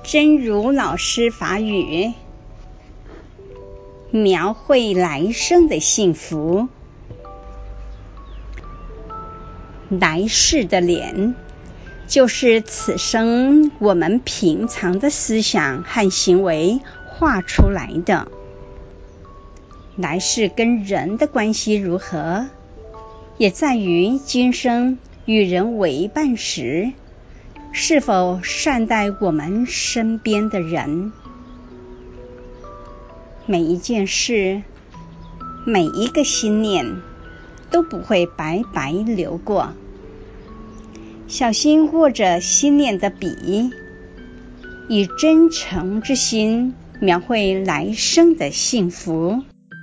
真如老师法语，描绘来生的幸福。来世的脸，就是此生我们平常的思想和行为画出来的。来世跟人的关系如何，也在于今生与人为伴时，是否善待我们身边的人。每一件事，每一个心念，都不会白白流过。小心握着心念的笔，以真诚之心描绘来生的幸福。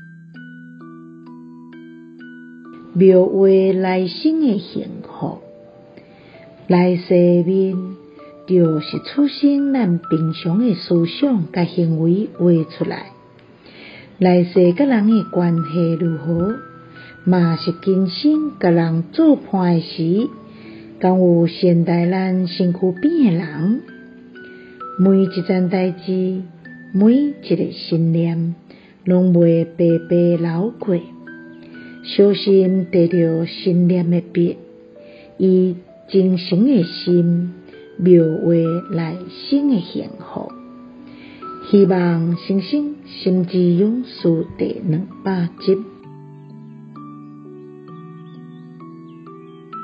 描绘来生的幸福。来世面，就是出生咱平常的思想甲行为画出来。来世甲人的关系如何，嘛是今生甲人做伴的时，敢有善待咱身躯边的人。每一件代志，每一个心念，拢袂白白流过。小心摕着心念的笔，以真诚的心描绘来生的幸福。希望新生心之勇士第200集。